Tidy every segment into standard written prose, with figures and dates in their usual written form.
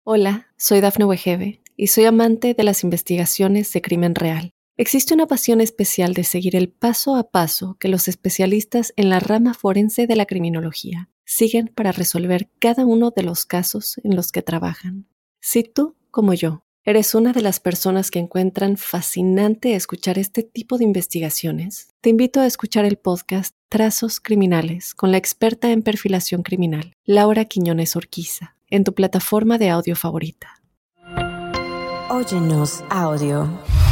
Hola, soy Dafne Wegebe y soy amante de las investigaciones de crimen real. Existe una pasión especial de seguir el paso a paso que los especialistas en la rama forense de la criminología siguen para resolver cada uno de los casos en los que trabajan. Si tú, como yo, eres una de las personas que encuentran fascinante escuchar este tipo de investigaciones, te invito a escuchar el podcast Trazos Criminales con la experta en perfilación criminal, Laura Quiñones Orquiza, en tu plataforma de audio favorita. Óyenos audio.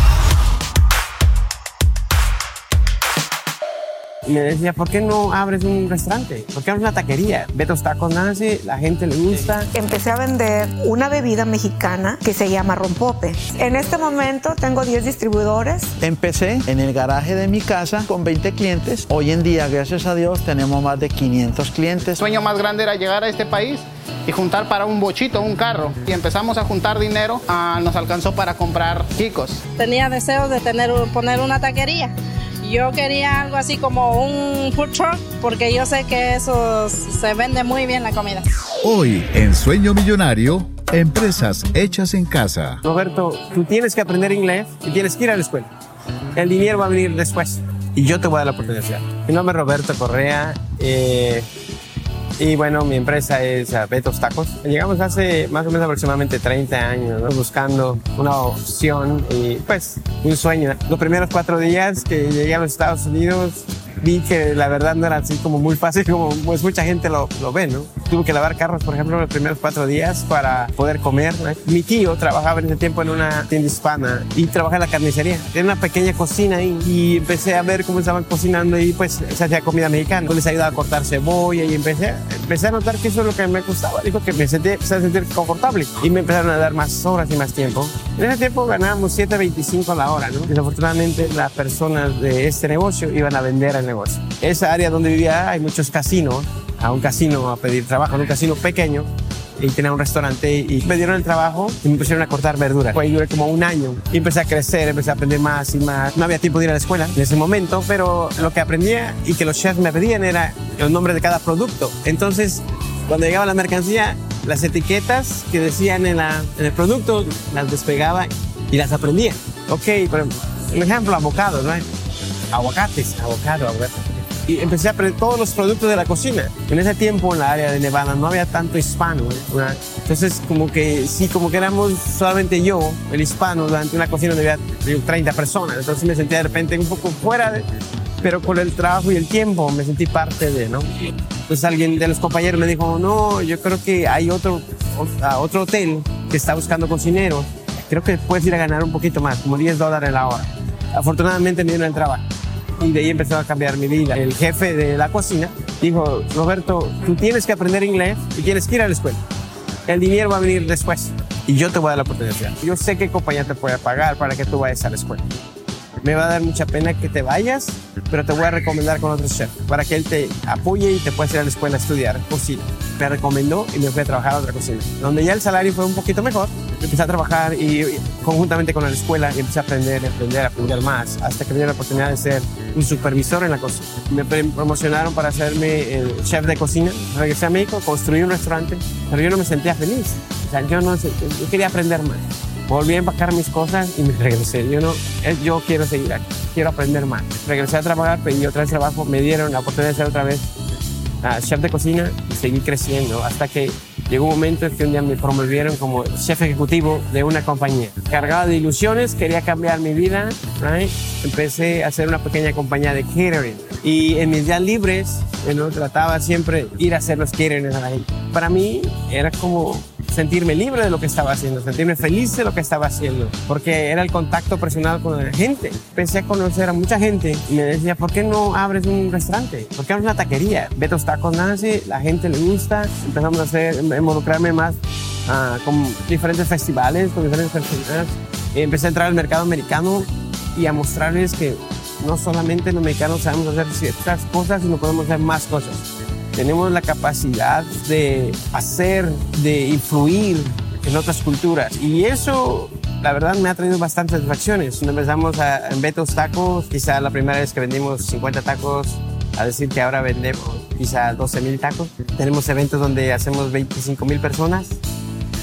Y me decía, ¿por qué no abres un restaurante? ¿Por qué abres una taquería? Beto's Tacos nace, la gente le gusta. Empecé a vender una bebida mexicana que se llama rompope. En este momento tengo 10 distribuidores. Empecé en el garaje de mi casa con 20 clientes. Hoy en día, gracias a Dios, tenemos más de 500 clientes. El sueño más grande era llegar a este país y juntar para un bochito, un carro. Y empezamos a juntar dinero, nos alcanzó para comprar Kikos. Tenía deseos de poner una taquería. Yo quería algo así como un food truck, porque yo sé que eso se vende muy bien la comida. Hoy, en Sueño Millonario, empresas hechas en casa. Roberto, tú tienes que aprender inglés y tienes que ir a la escuela. El dinero va a venir después y yo te voy a dar la oportunidad. Mi nombre es Roberto Correa y bueno, mi empresa es Beto's Tacos. Llegamos hace más o menos aproximadamente 30 años, ¿no? Buscando una opción y pues un sueño. Los primeros 4 días que llegué a los Estados Unidos vi que la verdad no era así como muy fácil como pues mucha gente lo ve, ¿no? Tuve que lavar carros, por ejemplo, los primeros 4 días para poder comer, ¿no? Mi tío trabajaba en ese tiempo en una tienda hispana y trabajaba en la carnicería. Tenía una pequeña cocina ahí y empecé a ver cómo estaban cocinando y pues se hacía comida mexicana. Yo les ayudaba a cortar cebolla y empecé a notar que eso es lo que me gustaba. Dijo que empecé a sentir confortable y me empezaron a dar más horas y más tiempo. En ese tiempo ganábamos $7.25 la hora, ¿no? Desafortunadamente las personas de este negocio iban a vender el negocio. Esa área donde vivía hay muchos casinos, a un casino a pedir trabajo, en un casino pequeño, y tenía un restaurante y me dieron el trabajo y me pusieron a cortar verduras. Ahí duré como 1 año y empecé a crecer, empecé a aprender más y más. No había tiempo de ir a la escuela en ese momento, pero lo que aprendía y que los chefs me pedían era el nombre de cada producto. Entonces, cuando llegaba la mercancía, las etiquetas que decían en el producto las despegaba y las aprendía. Ok, por ejemplo, avocado, ¿no? Aguacates, avocado. Y empecé a aprender todos los productos de la cocina. En ese tiempo, en la área de Nevada, no había tanto hispano, ¿no? Entonces, como que éramos solamente yo, el hispano, durante una cocina donde había 30 personas. Entonces me sentía de repente un poco fuera, pero con el trabajo y el tiempo me sentí parte de, ¿no? Entonces alguien de los compañeros me dijo, no, yo creo que hay otro hotel que está buscando cocineros. Creo que puedes ir a ganar un poquito más, como $10 la hora. Afortunadamente me dieron el trabajo. Y de ahí empezó a cambiar mi vida. El jefe de la cocina dijo, Roberto, tú tienes que aprender inglés y tienes que ir a la escuela. El dinero va a venir después y yo te voy a dar la oportunidad. Yo sé qué compañía te puede pagar para que tú vayas a la escuela. Me va a dar mucha pena que te vayas, pero te voy a recomendar con otro chef para que él te apoye y te puedas ir a la escuela a estudiar cocina. Me recomendó y me fui a trabajar a otra cocina, donde ya el salario fue un poquito mejor. Empecé a trabajar y conjuntamente con la escuela y empecé a aprender más, hasta que me dio la oportunidad de ser un supervisor en la cocina. Me promocionaron para hacerme el chef de cocina. Regresé a México, construí un restaurante, pero yo no me sentía feliz. O sea, yo quería aprender más. Volví a empacar mis cosas y me regresé. Yo quiero seguir aquí, quiero aprender más. Regresé a trabajar, pedí otra vez trabajo, me dieron la oportunidad de ser otra vez chef de cocina y seguí creciendo hasta que llegó un momento en que un día me promovieron como chef ejecutivo de una compañía. Cargado de ilusiones, quería cambiar mi vida, right? Empecé a hacer una pequeña compañía de catering y en mis días libres trataba siempre ir a hacer los catering a la gente. Para mí era como sentirme libre de lo que estaba haciendo, sentirme feliz de lo que estaba haciendo, porque era el contacto personal con la gente. Empecé a conocer a mucha gente y me decía, ¿por qué no abres un restaurante? ¿Por qué abres una taquería? Beto's Tacos nace, la gente le gusta, empezamos a involucrarme más con diferentes festivales, con diferentes personas. Empecé a entrar al mercado americano y a mostrarles que no solamente los mexicanos sabemos hacer ciertas cosas, sino podemos hacer más cosas. Tenemos la capacidad de hacer, de influir en otras culturas. Y eso, la verdad, me ha traído bastantes satisfacciones. Cuando empezamos en Beto's Tacos, quizá la primera vez que vendimos 50 tacos, a decir que ahora vendemos quizá 12,000 tacos. Tenemos eventos donde hacemos 25,000 personas.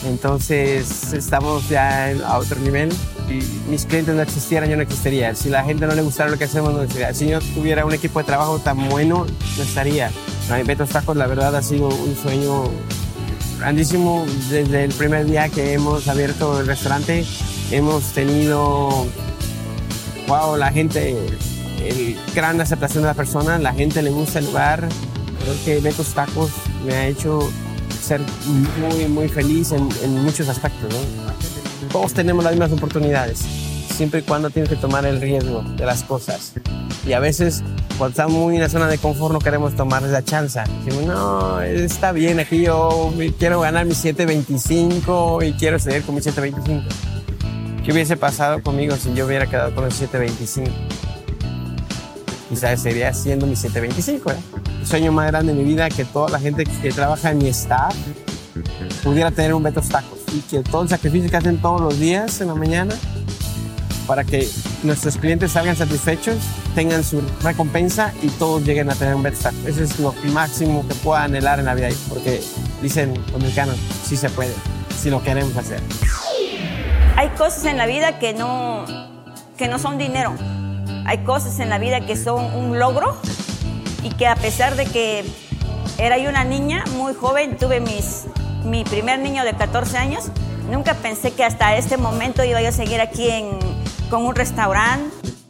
Entonces estamos ya a otro nivel. Si mis clientes no existieran, yo no existiría. Si la gente no le gustara lo que hacemos, no existiría. Si yo tuviera un equipo de trabajo tan bueno, no estaría. Para mí, Beto's Tacos, la verdad, ha sido un sueño grandísimo. Desde el primer día que hemos abierto el restaurante, hemos tenido, la gente, gran aceptación de la persona, la gente le gusta el lugar. Creo que Beto's Tacos me ha hecho ser muy, muy feliz en muchos aspectos, ¿no? Todos tenemos las mismas oportunidades, siempre y cuando tienes que tomar el riesgo de las cosas. Y a veces, cuando estamos muy en la zona de confort, no queremos tomar esa chance. Decimos, no, está bien, aquí yo quiero ganar mis 7.25 y quiero seguir con mis 7.25. ¿Qué hubiese pasado conmigo si yo hubiera quedado con los 7.25? Quizás sería haciendo mis 7.25, ¿eh? El sueño más grande de mi vida, que toda la gente que trabaja en mi staff pudiera tener un Beto's Tacos y que todo el sacrificio que hacen todos los días en la mañana para que nuestros clientes salgan satisfechos, tengan su recompensa y todos lleguen a tener un Beto's Tacos. Eso es lo máximo que pueda anhelar en la vida, porque dicen los mexicanos, sí se puede, si lo queremos hacer. Hay cosas en la vida que no son dinero. Hay cosas en la vida que son un logro y que a pesar de que era yo una niña muy joven, tuve mi primer niño de 14 años, nunca pensé que hasta este momento iba yo a seguir aquí con un restaurante.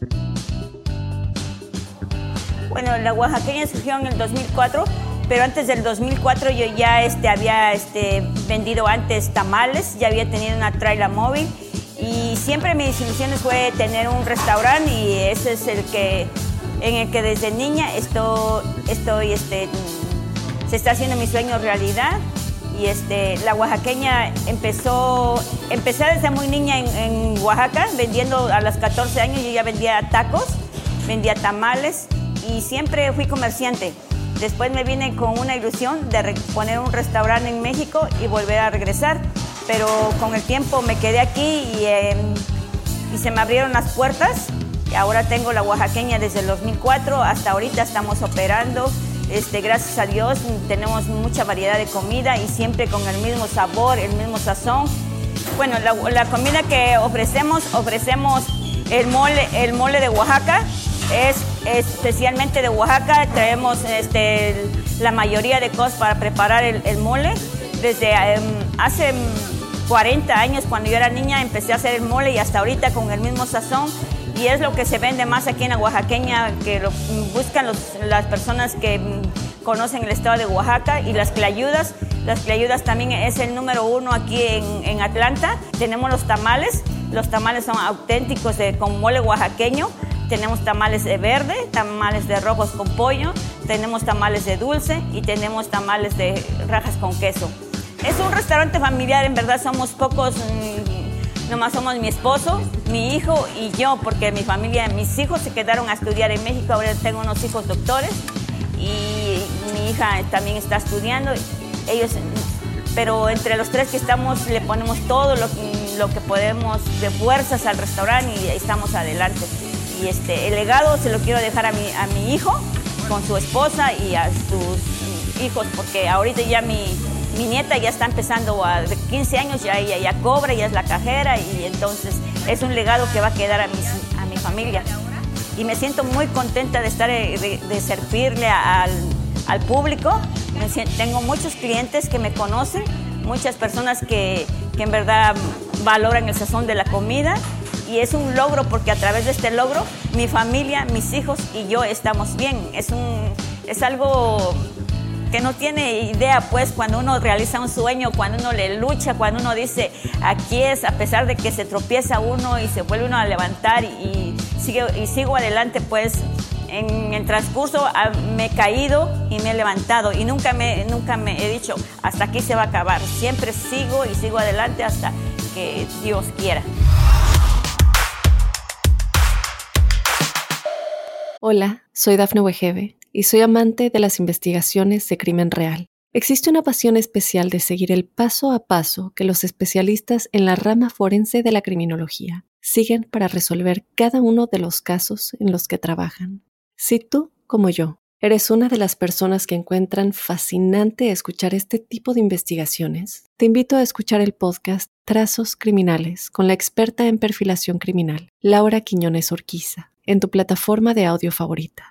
Bueno, la oaxaqueña surgió en el 2004, pero antes del 2004 yo ya había vendido antes tamales, ya había tenido una traila móvil y siempre mis ilusiones fue tener un restaurante y ese es en el que desde niña se está haciendo mi sueño realidad. Y la oaxaqueña empecé desde muy niña en Oaxaca, vendiendo a los 14 años, yo ya vendía tacos, vendía tamales y siempre fui comerciante. Después me vine con una ilusión de poner un restaurante en México y volver a regresar, pero con el tiempo me quedé aquí y se me abrieron las puertas. Y ahora tengo la oaxaqueña desde el 2004, hasta ahorita estamos operando. Gracias a Dios tenemos mucha variedad de comida y siempre con el mismo sabor, el mismo sazón. Bueno, la comida que ofrecemos el mole de Oaxaca, es especialmente de Oaxaca. Traemos la mayoría de cosas para preparar el mole. Desde hace 40 años, cuando yo era niña, empecé a hacer el mole y hasta ahorita con el mismo sazón. Y es lo que se vende más aquí en la oaxaqueña, que lo buscan las personas que conocen el estado de Oaxaca. Y las clayudas también es el número 1 aquí en Atlanta. Tenemos los tamales son auténticos con mole oaxaqueño. Tenemos tamales de verde, tamales de rojos con pollo, tenemos tamales de dulce y tenemos tamales de rajas con queso. Es un restaurante familiar, en verdad somos pocos. Nomás somos mi esposo, mi hijo y yo, porque mis hijos se quedaron a estudiar en México. Ahora tengo unos hijos doctores y mi hija también está estudiando. Pero entre los tres que estamos le ponemos todo lo que podemos de fuerzas al restaurante y estamos adelante. Y el legado se lo quiero dejar a mi hijo con su esposa y a sus hijos, porque ahorita ya mi nieta ya está empezando de 15 años, ella ya cobra, ya es la cajera y entonces es un legado que va a quedar a mi familia. Y me siento muy contenta de estar, de servirle al público. Tengo muchos clientes que me conocen, muchas personas que en verdad valoran el sazón de la comida y es un logro porque a través de este logro mi familia, mis hijos y yo estamos bien. Es algo que no tiene idea, pues, cuando uno realiza un sueño, cuando uno le lucha, cuando uno dice, aquí es, a pesar de que se tropieza uno y se vuelve uno a levantar y sigo adelante, pues, en el transcurso me he caído y me he levantado y nunca me he dicho, hasta aquí se va a acabar. Siempre sigo adelante hasta que Dios quiera. Hola, soy Dafne Wegebe y soy amante de las investigaciones de crimen real. Existe una pasión especial de seguir el paso a paso que los especialistas en la rama forense de la criminología siguen para resolver cada uno de los casos en los que trabajan. Si tú, como yo, ¿Eres una de las personas que encuentran fascinante escuchar este tipo de investigaciones? Te invito a escuchar el podcast Trazos Criminales con la experta en perfilación criminal, Laura Quiñones Orquiza, en tu plataforma de audio favorita.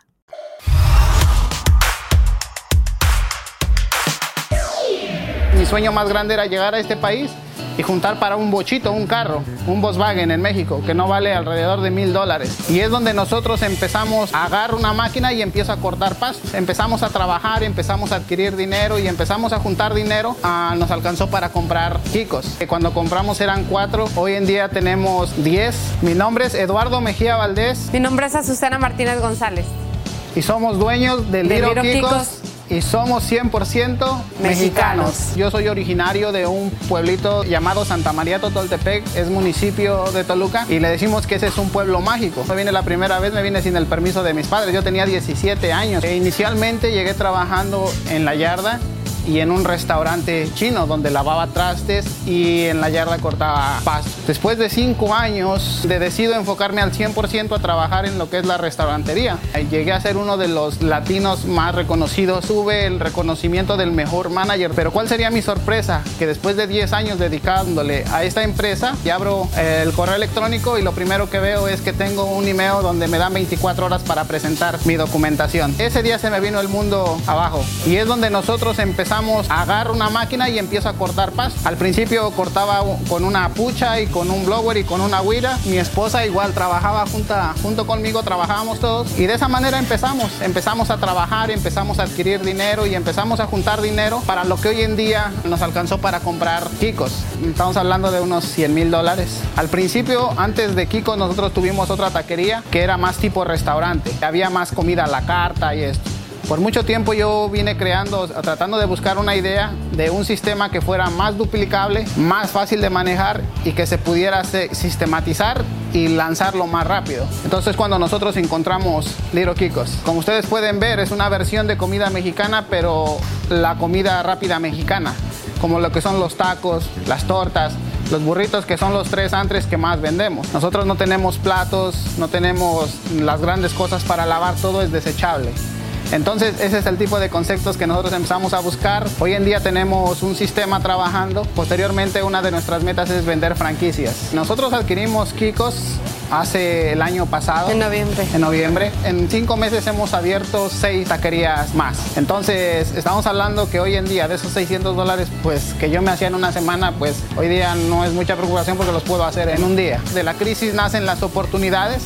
Mi sueño más grande era llegar a este país y juntar para un bochito, un carro, un Volkswagen en México, que no vale alrededor de $1,000. Y es donde nosotros empezamos a agarrar una máquina y empiezo a cortar pasos. Empezamos a trabajar, empezamos a adquirir dinero y empezamos a juntar dinero. Nos alcanzó para comprar Kikos. Cuando compramos eran 4, hoy en día tenemos 10. Mi nombre es Eduardo Mejía Valdés. Mi nombre es Azucena Martínez González. Y somos dueños de Little Kikos. Y somos 100% mexicanos. Yo soy originario de un pueblito llamado Santa María Totoltepec, es municipio de Toluca, y le decimos que ese es un pueblo mágico. Me vine la primera vez, me vine sin el permiso de mis padres, yo tenía 17 años. Inicialmente llegué trabajando en la yarda y en un restaurante chino donde lavaba trastes y en la yarda cortaba pasto. Después de 5 años decido enfocarme al 100% a trabajar en lo que es la restaurantería. Llegué a ser uno de los latinos más reconocidos. Tuve el reconocimiento del mejor manager, pero ¿cuál sería mi sorpresa? Que después de 10 años dedicándole a esta empresa, y abro el correo electrónico y lo primero que veo es que tengo un email donde me dan 24 horas para presentar mi documentación. Ese día se me vino el mundo abajo y es donde nosotros empezamos. Agarro una máquina y empiezo a cortar pasto. Al principio cortaba con una pucha y con un blower y con una huira. Mi esposa igual trabajaba junto conmigo, trabajábamos todos y de esa manera empezamos a trabajar, empezamos a adquirir dinero y empezamos a juntar dinero para lo que hoy en día nos alcanzó para comprar Kikos. Estamos hablando de unos $100,000. Al principio, antes de Kikos, nosotros tuvimos otra taquería que era más tipo restaurante. Había más comida a la carta y esto. Por mucho tiempo yo vine tratando de buscar una idea de un sistema que fuera más duplicable, más fácil de manejar y que se pudiera sistematizar y lanzarlo más rápido. Entonces cuando nosotros encontramos Little Kikos, como ustedes pueden ver, es una versión de comida mexicana, pero la comida rápida mexicana, como lo que son los tacos, las tortas, los burritos, que son los 3 antres que más vendemos. Nosotros no tenemos platos, no tenemos las grandes cosas para lavar, todo es desechable. Entonces ese es el tipo de conceptos que nosotros empezamos a buscar. Hoy en día tenemos un sistema trabajando. Posteriormente una de nuestras metas es vender franquicias. Nosotros adquirimos Kikos hace el año pasado. En noviembre. En 5 meses hemos abierto 6 taquerías más. Entonces estamos hablando que hoy en día de esos $600 pues que yo me hacía en una semana, pues hoy día no es mucha preocupación porque los puedo hacer en un día. De la crisis nacen las oportunidades.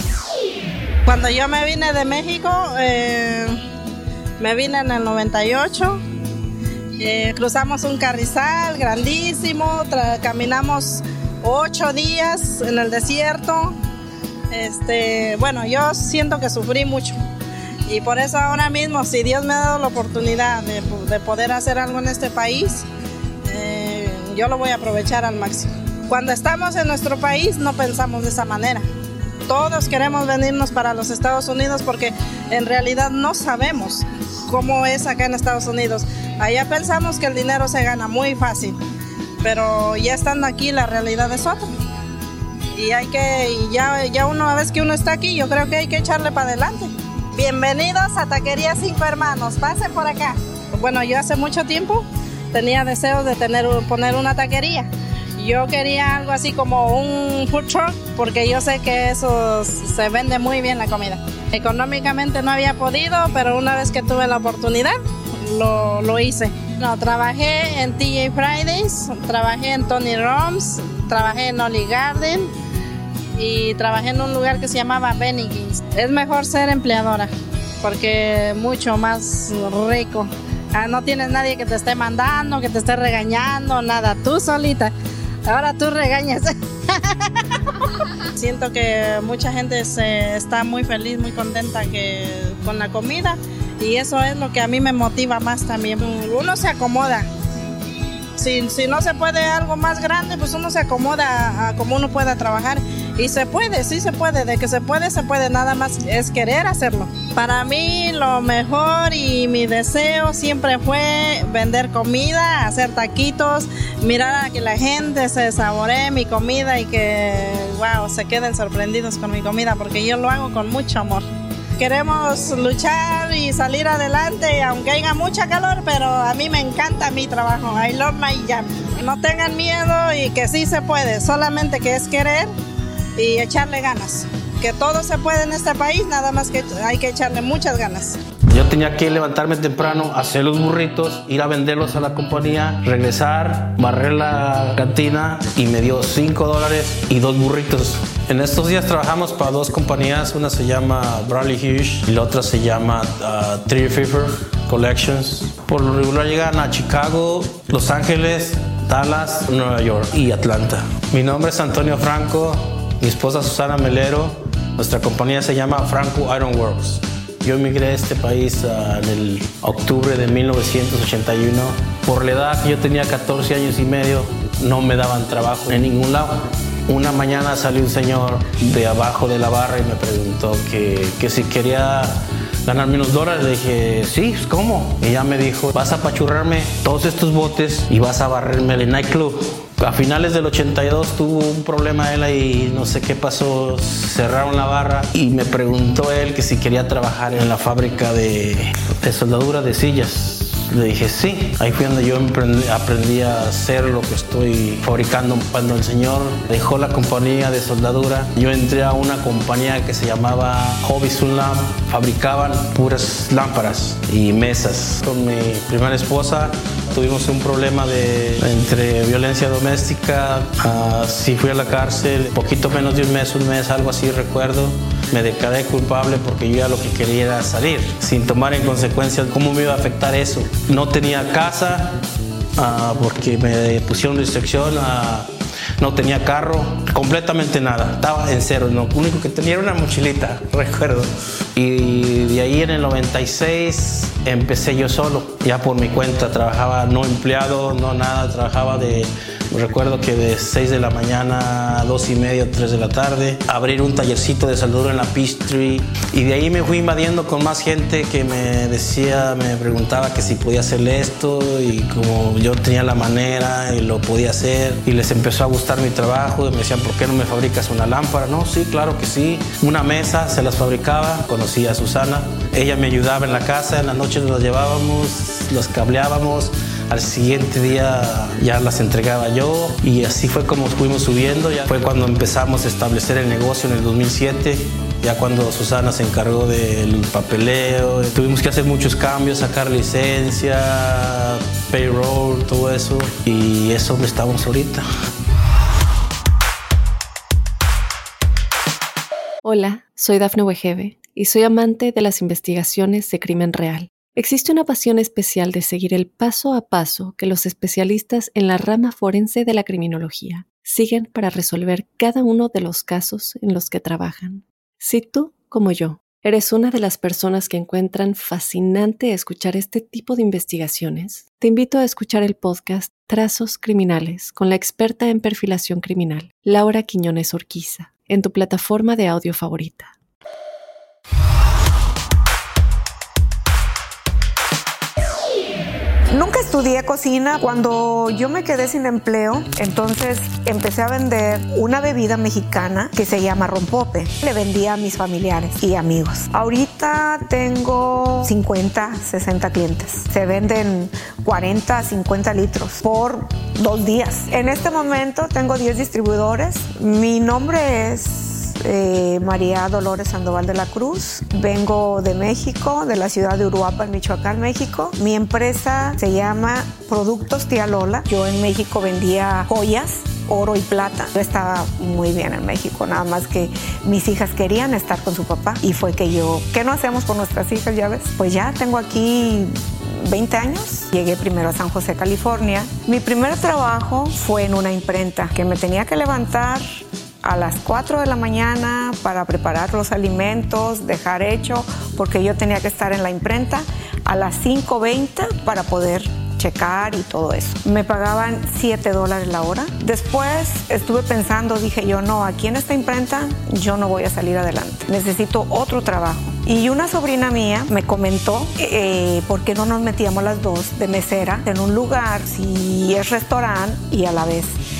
Cuando yo me vine de México, me vine en el 98, cruzamos un carrizal grandísimo, caminamos 8 días en el desierto. Bueno, yo siento que sufrí mucho y por eso ahora mismo, si Dios me ha dado la oportunidad de poder hacer algo en este país, yo lo voy a aprovechar al máximo. Cuando estamos en nuestro país no pensamos de esa manera. Todos queremos venirnos para los Estados Unidos porque en realidad no sabemos cómo es acá en Estados Unidos. Allá pensamos que el dinero se gana muy fácil, pero ya estando aquí la realidad es otra. Y ya una vez que uno está aquí, yo creo que hay que echarle para adelante. Bienvenidos a Taquería 5 Hermanos, pasen por acá. Bueno, yo hace mucho tiempo tenía deseos de poner una taquería. Yo quería algo así como un food truck porque yo sé que eso se vende muy bien la comida. Económicamente no había podido, pero una vez que tuve la oportunidad, lo hice. No, trabajé en TJ Fridays, trabajé en Tony Roms, trabajé en Olive Garden y trabajé en un lugar que se llamaba Bennigan's. Es mejor ser empleadora porque mucho más rico. No tienes nadie que te esté mandando, que te esté regañando, nada, tú solita. Ahora tú regañas. Siento que mucha gente está muy feliz, muy contenta con la comida y eso es lo que a mí me motiva más también. Uno se acomoda. Si no se puede algo más grande, pues uno se acomoda a como uno pueda trabajar. Y se puede, sí se puede, de que se puede, nada más es querer hacerlo. Para mí lo mejor y mi deseo siempre fue vender comida, hacer taquitos, mirar a que la gente se saboree mi comida y que, wow, se queden sorprendidos con mi comida, porque yo lo hago con mucho amor. Queremos luchar y salir adelante, aunque haya mucha calor, pero a mí me encanta mi trabajo. I love my job. No tengan miedo y que sí se puede, solamente que es querer y echarle ganas. Que todo se puede en este país, nada más que hay que echarle muchas ganas. Yo tenía que levantarme temprano, hacer los burritos, ir a venderlos a la compañía, regresar, barrer la cantina y me dio $5 y 2 burritos. En estos días trabajamos para 2 compañías, una se llama Bradley Hughes y la otra se llama Tree Fever Collections. Por lo regular llegan a Chicago, Los Ángeles, Dallas, Nueva York y Atlanta. Mi nombre es Antonio Franco, mi esposa Susana Melero. Nuestra compañía se llama Franco Iron Works. Yo emigré a este país en el octubre de 1981. Por la edad que yo tenía 14 años y medio, no me daban trabajo en ningún lado. Una mañana salió un señor de abajo de la barra y me preguntó que si quería ganarme unos dólares. Le dije, sí, ¿cómo? Y ella me dijo, vas a apachurrarme todos estos botes y vas a barrerme el nightclub. A finales del 82 tuvo un problema él ahí, no sé qué pasó, cerraron la barra y me preguntó él que si quería trabajar en la fábrica de soldadura de sillas. Le dije sí, ahí fue donde yo aprendí a hacer lo que estoy fabricando. Cuando el señor dejó la compañía de soldadura, yo entré a una compañía que se llamaba Hobby Sunlam. Fabricaban puras lámparas y mesas. Con mi primera esposa tuvimos un problema entre violencia doméstica. Sí fui a la cárcel, poquito menos de un mes, algo así recuerdo. Me declaré culpable porque yo ya lo que quería era salir, sin tomar en consecuencia cómo me iba a afectar eso. No tenía casa porque me pusieron restricción, no tenía carro, completamente nada, estaba en cero. Lo único que tenía era una mochilita, recuerdo. Y de ahí en el 96 empecé yo solo, ya por mi cuenta. Trabajaba no empleado, no nada, trabajaba recuerdo que de 6 de la mañana a 2:30, 3 de la tarde, abrir un tallercito de soldadura en la Peachtree. Y de ahí me fui invadiendo con más gente que me preguntaba que si podía hacerle esto, y como yo tenía la manera y lo podía hacer, y les empezó a gustar mi trabajo y me decían, ¿por qué no me fabricas una lámpara? No, sí, claro que sí. Una mesa, se las fabricaba, conocí a Susana, ella me ayudaba en la casa, en la noche nos las llevábamos, las cableábamos. Al siguiente día ya las entregaba yo y así fue como fuimos subiendo. Ya fue cuando empezamos a establecer el negocio en el 2007, ya cuando Susana se encargó del papeleo. Tuvimos que hacer muchos cambios, sacar licencia, payroll, todo eso, y eso estamos ahorita. Hola, soy Dafne Wegebe y soy amante de las investigaciones de crimen real. Existe una pasión especial de seguir el paso a paso que los especialistas en la rama forense de la criminología siguen para resolver cada uno de los casos en los que trabajan. Si tú, como yo, eres una de las personas que encuentran fascinante escuchar este tipo de investigaciones, te invito a escuchar el podcast Trazos Criminales con la experta en perfilación criminal, Laura Quiñones Orquiza, en tu plataforma de audio favorita. Nunca estudié cocina. Cuando yo me quedé sin empleo, entonces empecé a vender una bebida mexicana que se llama rompope. Le vendía a mis familiares y amigos. Ahorita tengo 50, 60 clientes. Se venden 40, 50 litros por 2 días. En este momento tengo 10 distribuidores. Mi nombre es María Dolores Sandoval de la Cruz. Vengo de México, de la ciudad de Uruapan, Michoacán, México. Mi empresa se llama Productos Tía Lola. Yo en México vendía joyas, oro y plata. Yo estaba muy bien en México, nada más que mis hijas querían estar con su papá y fue que ¿qué no hacemos por nuestras hijas, ya ves? Pues ya tengo aquí 20 años. Llegué primero a San José, California. Mi primer trabajo fue en una imprenta que me tenía que levantar a las 4 de la mañana para preparar los alimentos, dejar hecho, porque yo tenía que estar en la imprenta a las 5:20 para poder checar y todo eso. Me pagaban $7 la hora. Después estuve pensando, dije yo, no, aquí en esta imprenta yo no voy a salir adelante. Necesito otro trabajo. Y una sobrina mía me comentó por qué no nos metíamos las dos de mesera en un lugar, si es restaurante y a la vez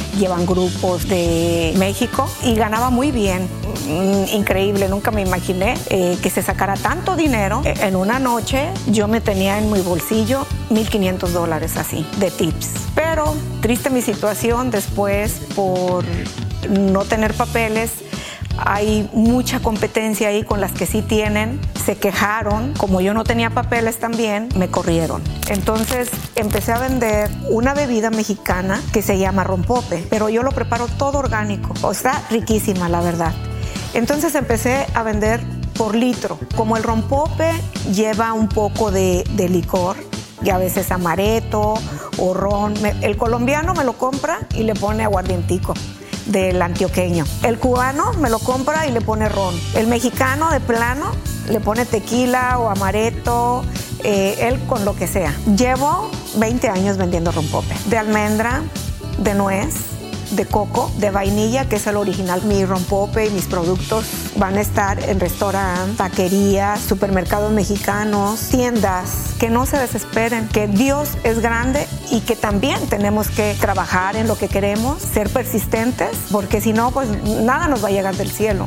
llevan grupos de México y ganaba muy bien. Increíble, nunca me imaginé que se sacara tanto dinero. En una noche yo me tenía en mi bolsillo $1,500 así, de tips. Pero triste mi situación después por no tener papeles. Hay mucha competencia ahí con las que sí tienen. Se quejaron. Como yo no tenía papeles también, me corrieron. Entonces empecé a vender una bebida mexicana que se llama rompope, pero yo lo preparo todo orgánico. Está riquísima, la verdad. Entonces empecé a vender por litro. Como el rompope lleva un poco de licor, y a veces amaretto o ron, el colombiano me lo compra y le pone aguardientico del antioqueño. El cubano me lo compra y le pone ron. El mexicano de plano le pone tequila o amaretto, él con lo que sea. Llevo 20 años vendiendo rompope. De almendra, de nuez, de coco, de vainilla, que es el original. Mi rompope y mis productos van a estar en restaurantes, taquerías, supermercados mexicanos, tiendas. Que no se desesperen, que Dios es grande y que también tenemos que trabajar en lo que queremos, ser persistentes, porque si no, pues nada nos va a llegar del cielo.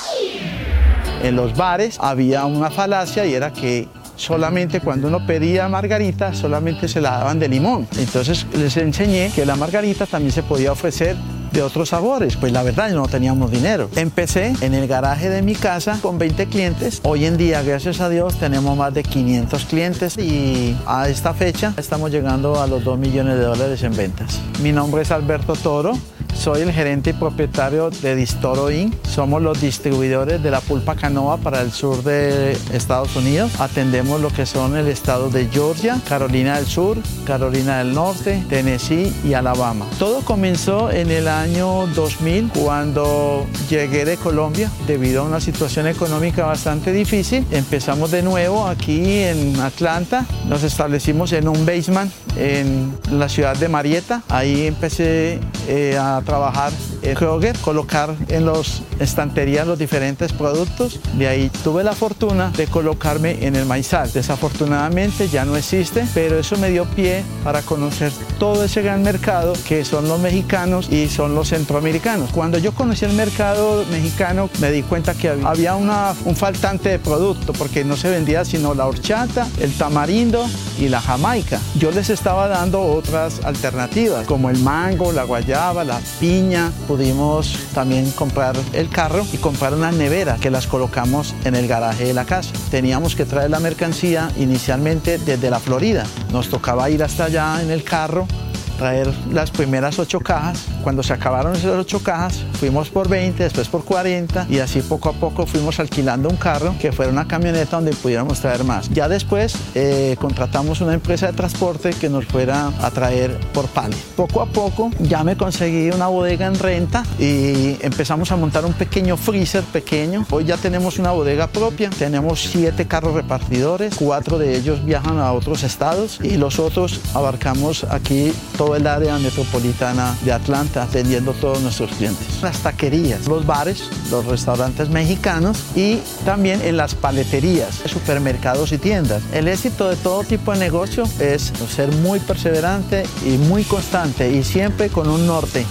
En los bares había una falacia y era que solamente cuando uno pedía margarita, solamente se la daban de limón. Entonces les enseñé que la margarita también se podía ofrecer de otros sabores. Pues la verdad, no teníamos dinero. Empecé en el garaje de mi casa con 20 clientes. Hoy en día, gracias a Dios, tenemos más de 500 clientes y a esta fecha estamos llegando a los $2 millones en ventas. Mi nombre es Alberto Toro. Soy el gerente y propietario de Distoro Inc. Somos los distribuidores de la pulpa canoa para el sur de Estados Unidos. Atendemos lo que son el estado de Georgia, Carolina del Sur, Carolina del Norte, Tennessee y Alabama. Todo comenzó en el año 2000 cuando llegué de Colombia debido a una situación económica bastante difícil. Empezamos de nuevo aquí en Atlanta. Nos establecimos en un basement en la ciudad de Marietta. Ahí empecé a trabajar en Kroger, colocar en las estanterías los diferentes productos. De ahí tuve la fortuna de colocarme en el maizal. Desafortunadamente ya no existe, pero eso me dio pie para conocer todo ese gran mercado que son los mexicanos y son los centroamericanos. Cuando yo conocí el mercado mexicano me di cuenta que había un faltante de producto porque no se vendía sino la horchata, el tamarindo y la jamaica. Yo les estaba dando otras alternativas como el mango, la guayaba, la piña. Pudimos también comprar el carro y comprar unas neveras que las colocamos en el garaje de la casa. Teníamos que traer la mercancía inicialmente desde la Florida. Nos tocaba ir hasta allá en el carro, traer las primeras 8 cajas. Cuando se acabaron esas 8 cajas, fuimos por 20, después por 40 y así poco a poco fuimos alquilando un carro que fuera una camioneta donde pudiéramos traer más. Ya después contratamos una empresa de transporte que nos fuera a traer por pallet. Poco a poco ya me conseguí una bodega en renta y empezamos a montar un pequeño freezer pequeño. Hoy ya tenemos una bodega propia, tenemos 7 carros repartidores, 4 de ellos viajan a otros estados y los otros abarcamos aquí todo el área metropolitana de Atlanta, atendiendo a todos nuestros clientes. Las taquerías, los bares, los restaurantes mexicanos y también en las paleterías, supermercados y tiendas. El éxito de todo tipo de negocio es ser muy perseverante y muy constante y siempre con un norte.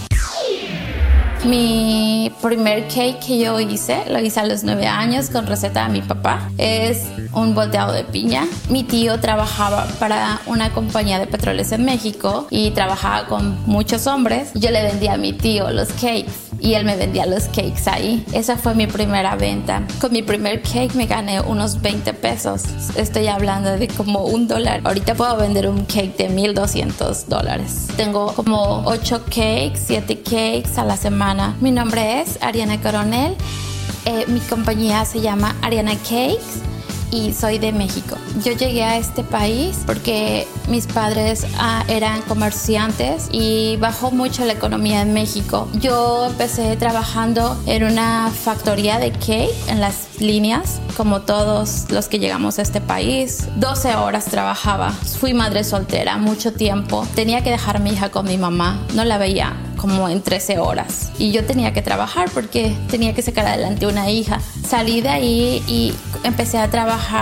Mi primer cake que yo hice, lo hice a los 9 años con receta de mi papá. Es un volteado de piña. Mi tío trabajaba para una compañía de petróleos en México y trabajaba con muchos hombres. Yo le vendía a mi tío los cakes y él me vendía los cakes ahí. Esa fue mi primera venta. Con mi primer cake me gané unos 20 pesos. Estoy hablando de como $1. Ahorita puedo vender un cake de $1,200. Tengo como 8 cakes, 7 cakes a la semana. Mi nombre es Ariana Coronel, mi compañía se llama Ariana Cakes y soy de México. Yo llegué a este país porque mis padres eran comerciantes y bajó mucho la economía en México. Yo empecé trabajando en una factoría de cake en las líneas, como todos los que llegamos a este país. 12 horas trabajaba. Fui madre soltera mucho tiempo. Tenía que dejar a mi hija con mi mamá. No la veía como en 13 horas. Y yo tenía que trabajar porque tenía que sacar adelante una hija. Salí de ahí y empecé a trabajar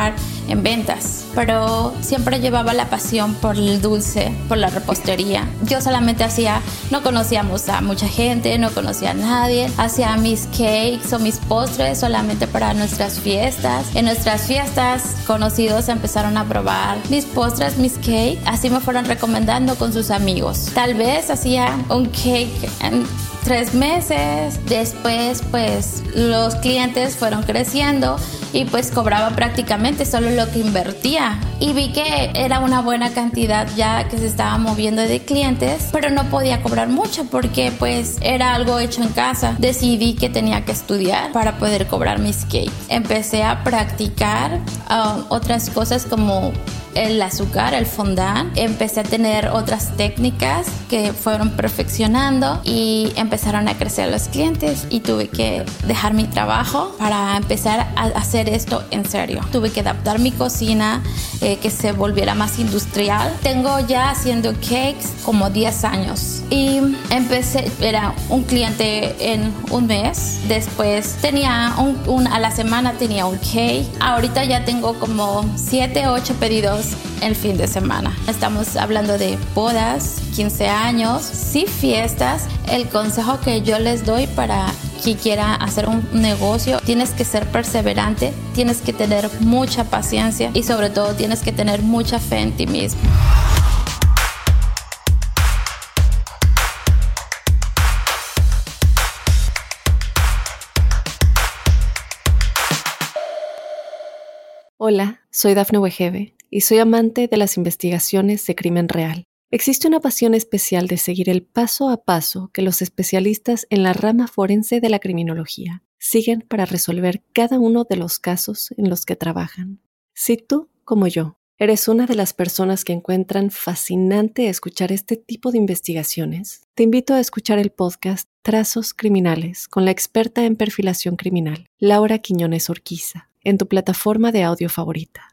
en ventas, pero siempre llevaba la pasión por el dulce, por la repostería. Yo solamente no conocíamos a mucha gente, no conocía a nadie, hacía mis cakes o mis postres solamente para nuestras fiestas. En nuestras fiestas, conocidos empezaron a probar mis postres, mis cakes, así me fueron recomendando con sus amigos. Tal vez hacía un cake en 3 meses, después pues los clientes fueron creciendo y pues cobraba prácticamente solo lo que invertía y vi que era una buena cantidad ya que se estaba moviendo de clientes, pero no podía cobrar mucho porque pues era algo hecho en casa. Decidí que tenía que estudiar para poder cobrar mis cakes. Empecé a practicar otras cosas como el azúcar, el fondant. Empecé a tener otras técnicas que fueron perfeccionando y empezaron a crecer los clientes y tuve que dejar mi trabajo para empezar a hacer esto en serio. Tuve que adaptar mi cocina, que se volviera más industrial. Tengo ya haciendo cakes como 10 años y empecé, era un cliente en un mes, después tenía a la semana tenía un cake. Ahorita ya tengo como 7, 8 pedidos el fin de semana. Estamos hablando de bodas, 15 años, sí fiestas. El consejo que yo les doy para quien quiera hacer un negocio, tienes que ser perseverante, tienes que tener mucha paciencia y sobre todo tienes que tener mucha fe en ti mismo. Hola, soy Dafne Wegebe y soy amante de las investigaciones de crimen real. Existe una pasión especial de seguir el paso a paso que los especialistas en la rama forense de la criminología siguen para resolver cada uno de los casos en los que trabajan. Si tú, como yo, eres una de las personas que encuentran fascinante escuchar este tipo de investigaciones, te invito a escuchar el podcast Trazos Criminales con la experta en perfilación criminal, Laura Quiñones Orquiza, en tu plataforma de audio favorita.